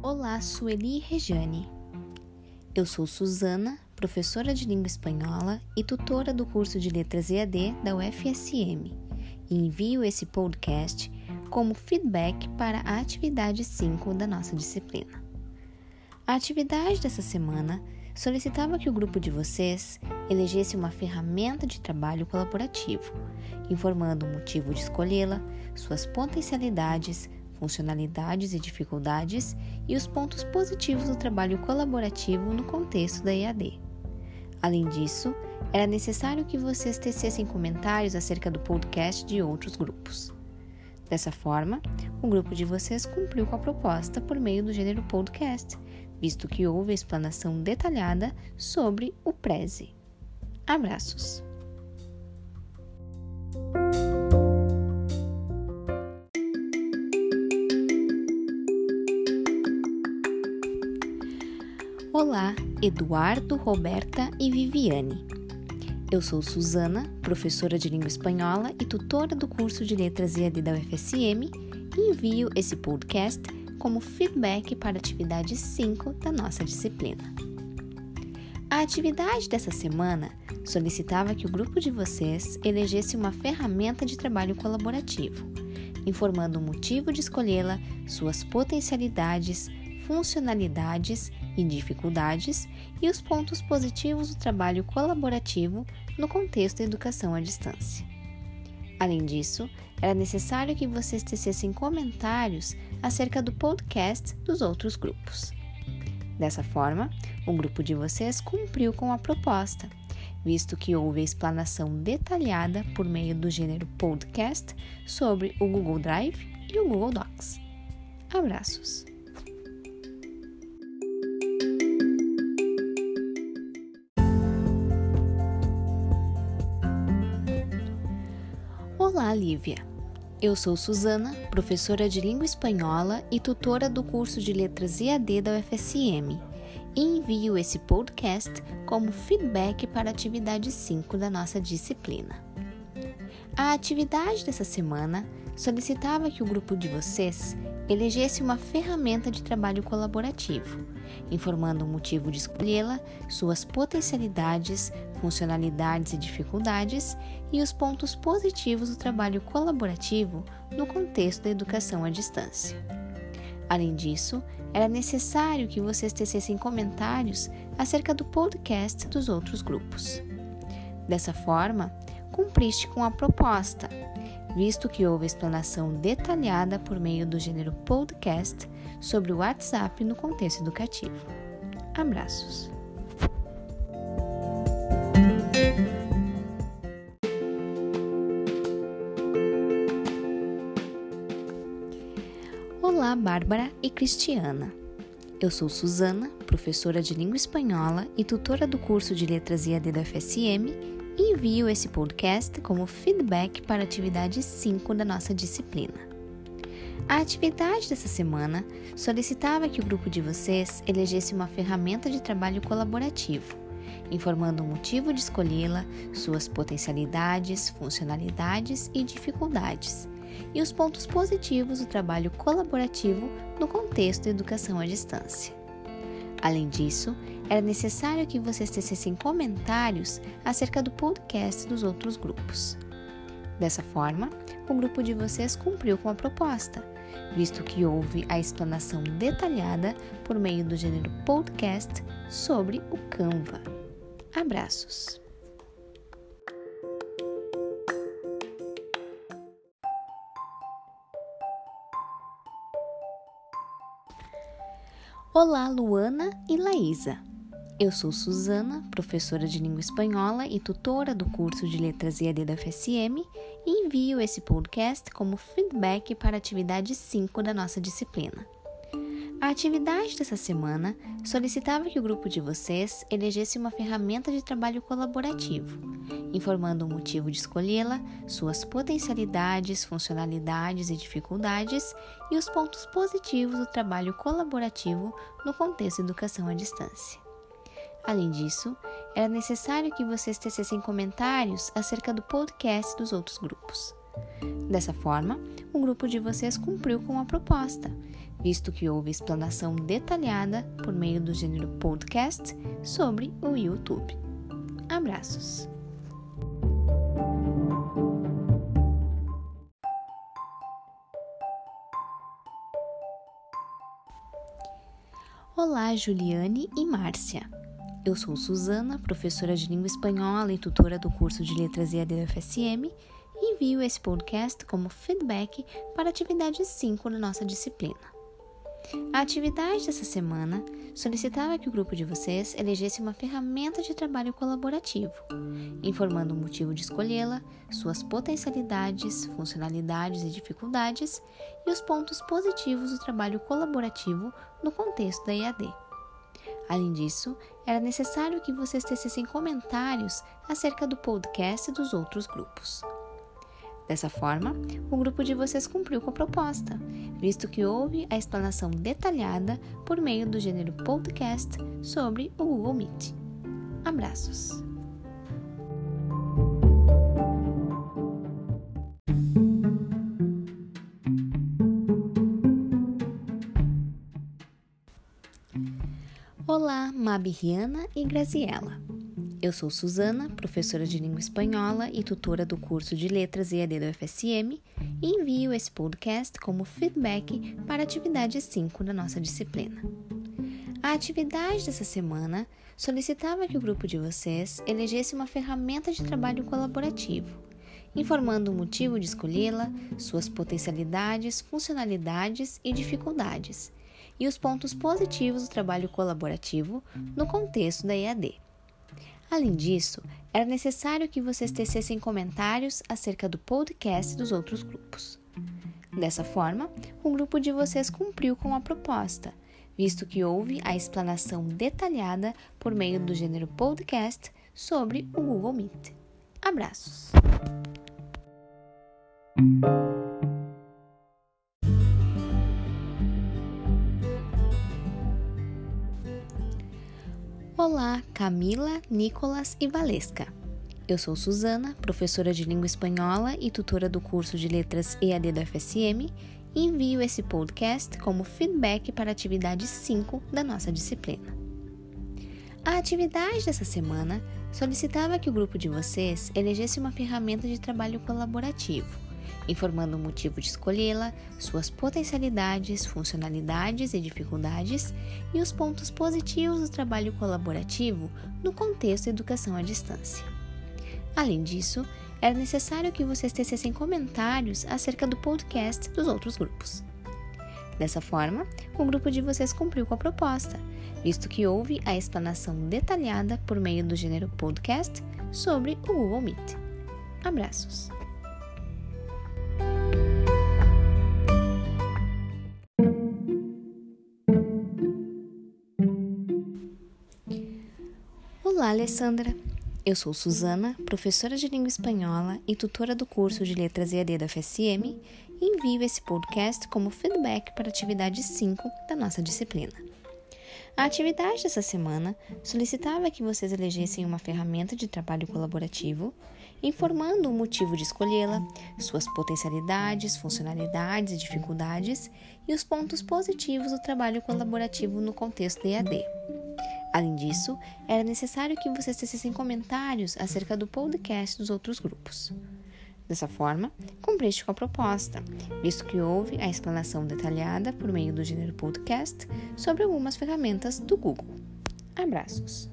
Olá, Sueli e Rejane. Eu sou Suzana, professora de língua espanhola e tutora do curso de letras EAD da UFSM, e envio esse podcast como feedback para a atividade 5 da nossa disciplina. A atividade dessa semana solicitava que o grupo de vocês elegesse uma ferramenta de trabalho colaborativo, informando o motivo de escolhê-la, suas potencialidades, funcionalidades e dificuldades e os pontos positivos do trabalho colaborativo no contexto da EAD. Além disso, era necessário que vocês tecessem comentários acerca do podcast de outros grupos. Dessa forma, o grupo de vocês cumpriu com a proposta por meio do gênero podcast, visto que houve a explanação detalhada sobre o Prezi. Abraços! Olá, Eduardo, Roberta e Viviane. Eu sou Suzana, professora de língua espanhola e tutora do curso de letras EAD da UFSM, e envio esse podcast como feedback para a atividade 5 da nossa disciplina. A atividade dessa semana solicitava que o grupo de vocês elegesse uma ferramenta de trabalho colaborativo, informando o motivo de escolhê-la, suas potencialidades, funcionalidades e dificuldades e os pontos positivos do trabalho colaborativo no contexto da educação à distância. Além disso, era necessário que vocês tecessem comentários acerca do podcast dos outros grupos. Dessa forma, o grupo de vocês cumpriu com a proposta, visto que houve a explanação detalhada por meio do gênero podcast sobre o Google Drive e o Google Docs. Abraços! Olá, Lívia. Eu sou Suzana, professora de língua espanhola e tutora do curso de letras EAD da UFSM, e envio esse podcast como feedback para a atividade 5 da nossa disciplina. A atividade dessa semana solicitava que o grupo de vocês elegesse uma ferramenta de trabalho colaborativo, informando o motivo de escolhê-la, suas potencialidades, funcionalidades e dificuldades e os pontos positivos do trabalho colaborativo no contexto da educação à distância. Além disso, era necessário que vocês tecessem comentários acerca do podcast dos outros grupos. Dessa forma, cumpriste com a proposta, visto que houve a explanação detalhada por meio do gênero podcast sobre o WhatsApp no contexto educativo. Abraços! Olá, Bárbara e Cristiana. Eu sou Suzana, professora de língua espanhola e tutora do curso de letras EAD da UFSM, e envio esse podcast como feedback para a atividade 5 da nossa disciplina. A atividade dessa semana solicitava que o grupo de vocês elegesse uma ferramenta de trabalho colaborativo, informando o motivo de escolhê-la, suas potencialidades, funcionalidades e dificuldades, e os pontos positivos do trabalho colaborativo no contexto da educação à distância. Além disso, era necessário que vocês tecessem comentários acerca do podcast dos outros grupos. Dessa forma, o grupo de vocês cumpriu com a proposta, visto que houve a explanação detalhada por meio do gênero podcast sobre o Canva. Abraços! Olá, Luana e Laísa. Eu sou Suzana, professora de língua espanhola e tutora do curso de letras EAD da UFSM, e envio esse podcast como feedback para a atividade 5 da nossa disciplina. A atividade dessa semana solicitava que o grupo de vocês elegesse uma ferramenta de trabalho colaborativo, informando o motivo de escolhê-la, suas potencialidades, funcionalidades e dificuldades e os pontos positivos do trabalho colaborativo no contexto de educação à distância. Além disso, era necessário que vocês tecessem comentários acerca do podcast dos outros grupos. Dessa forma, o grupo de vocês cumpriu com a proposta, visto que houve explanação detalhada por meio do gênero podcast sobre o YouTube. Abraços! Olá, Juliane e Márcia. Eu sou Suzana, professora de língua espanhola e tutora do curso de letras EAD da UFSM, e envio esse podcast como feedback para a atividade 5 da nossa disciplina. A atividade dessa semana solicitava que o grupo de vocês elegesse uma ferramenta de trabalho colaborativo, informando o motivo de escolhê-la, suas potencialidades, funcionalidades e dificuldades e os pontos positivos do trabalho colaborativo no contexto da EAD. Além disso, era necessário que vocês tecessem comentários acerca do podcast e dos outros grupos. Dessa forma, o grupo de vocês cumpriu com a proposta, visto que houve a explanação detalhada por meio do gênero podcast sobre o Google Meet. Abraços! Olá, Mabi, Riana e Graziella. Eu sou Suzana, professora de língua espanhola e tutora do curso de letras EAD da UFSM, e envio esse podcast como feedback para a atividade 5 da nossa disciplina. A atividade dessa semana solicitava que o grupo de vocês elegesse uma ferramenta de trabalho colaborativo, informando o motivo de escolhê-la, suas potencialidades, funcionalidades e dificuldades, e os pontos positivos do trabalho colaborativo no contexto da EAD. Além disso, era necessário que vocês tecessem comentários acerca do podcast e dos outros grupos. Dessa forma, o grupo de vocês cumpriu com a proposta, visto que houve a explanação detalhada por meio do gênero podcast sobre o Google Meet. Abraços! Olá, Camila, Nicolas e Valesca. Eu sou Suzana, professora de língua espanhola e tutora do curso de letras EAD da UFSM, e envio esse podcast como feedback para a atividade 5 da nossa disciplina. A atividade dessa semana solicitava que o grupo de vocês elegesse uma ferramenta de trabalho colaborativo, informando o motivo de escolhê-la, suas potencialidades, funcionalidades e dificuldades e os pontos positivos do trabalho colaborativo no contexto da educação à distância. Além disso, era necessário que vocês tecessem comentários acerca do podcast dos outros grupos. Dessa forma, o grupo de vocês cumpriu com a proposta, visto que houve a explanação detalhada por meio do gênero podcast sobre o Google Meet. Abraços! Olá, Alessandra! Eu sou Suzana, professora de língua espanhola e tutora do curso de letras EAD da UFSM, e envio esse podcast como feedback para a atividade 5 da nossa disciplina. A atividade dessa semana solicitava que vocês elegessem uma ferramenta de trabalho colaborativo, informando o motivo de escolhê-la, suas potencialidades, funcionalidades e dificuldades e os pontos positivos do trabalho colaborativo no contexto da EAD. Além disso, era necessário que vocês tecessem comentários acerca do podcast dos outros grupos. Dessa forma, cumpriste com a proposta, visto que houve a explanação detalhada por meio do gênero podcast sobre algumas ferramentas do Google. Abraços!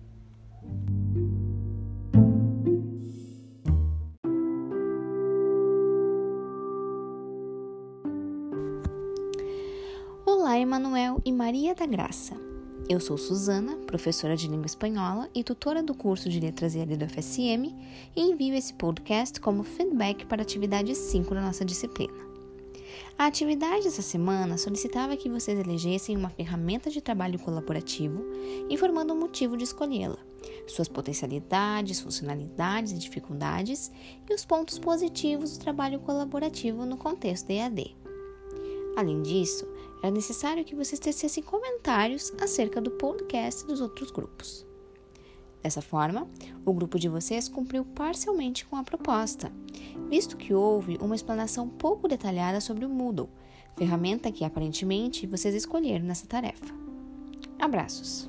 Olá, Emanuel e Maria da Graça. Eu sou Suzana, professora de língua espanhola e tutora do curso de letras EAD da UFSM, e envio esse podcast como feedback para a atividade 5 da nossa disciplina. A atividade dessa semana solicitava que vocês elegessem uma ferramenta de trabalho colaborativo, informando o motivo de escolhê-la, suas potencialidades, funcionalidades e dificuldades e os pontos positivos do trabalho colaborativo no contexto da EAD. Além disso, era necessário que vocês tecessem comentários acerca do podcast dos outros grupos. Dessa forma, o grupo de vocês cumpriu parcialmente com a proposta, visto que houve uma explanação pouco detalhada sobre o Moodle, ferramenta que aparentemente vocês escolheram nessa tarefa. Abraços!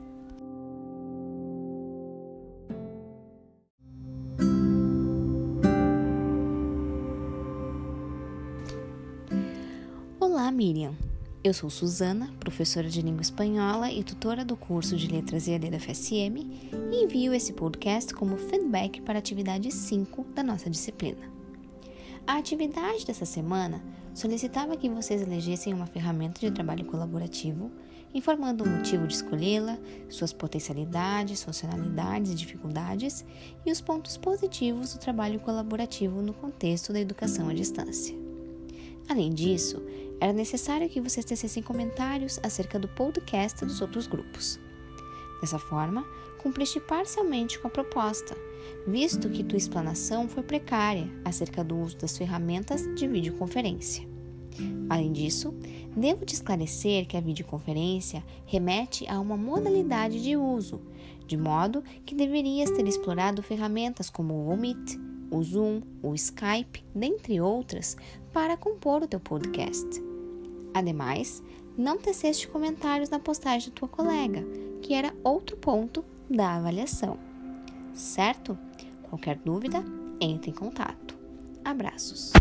Olá, Miriam! Eu sou Suzana, professora de língua espanhola e tutora do curso de Letras EAD da FSM, e envio esse podcast como feedback para a atividade 5 da nossa disciplina. A atividade dessa semana solicitava que vocês elegessem uma ferramenta de trabalho colaborativo, informando o motivo de escolhê-la, suas potencialidades, funcionalidades e dificuldades e os pontos positivos do trabalho colaborativo no contexto da educação à distância. Além disso, era necessário que vocês tecessem comentários acerca do podcast dos outros grupos. Dessa forma, cumpriste parcialmente com a proposta, visto que tua explanação foi precária acerca do uso das ferramentas de videoconferência. Além disso, devo te esclarecer que a videoconferência remete a uma modalidade de uso, de modo que deverias ter explorado ferramentas como o Meet, o Zoom, o Skype, dentre outras, para compor o teu podcast. Ademais, não teceste comentários na postagem da tua colega, que era outro ponto da avaliação. Certo? Qualquer dúvida, entre em contato. Abraços!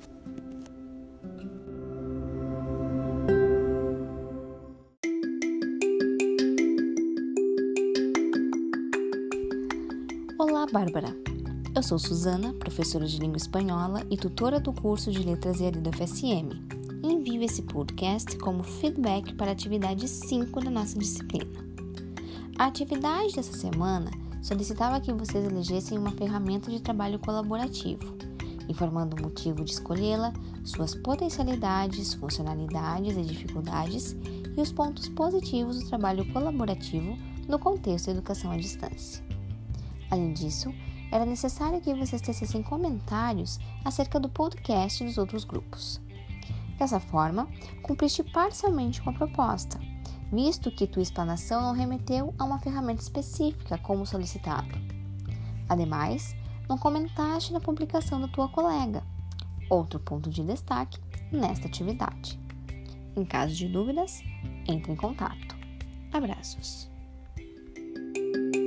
Olá, Bárbara! Eu sou Suzana, professora de língua espanhola e tutora do curso de Letras EAD da FSM, e envio esse podcast como feedback para a atividade 5 da nossa disciplina. A atividade dessa semana solicitava que vocês elegessem uma ferramenta de trabalho colaborativo, informando o motivo de escolhê-la, suas potencialidades, funcionalidades e dificuldades e os pontos positivos do trabalho colaborativo no contexto da educação à distância. Além disso, era necessário que vocês tecessem comentários acerca do podcast dos outros grupos. Dessa forma, cumpriste parcialmente com a proposta, visto que tua explanação não remeteu a uma ferramenta específica como solicitado. Ademais, não comentaste na publicação da tua colega, outro ponto de destaque nesta atividade. Em caso de dúvidas, entre em contato. Abraços!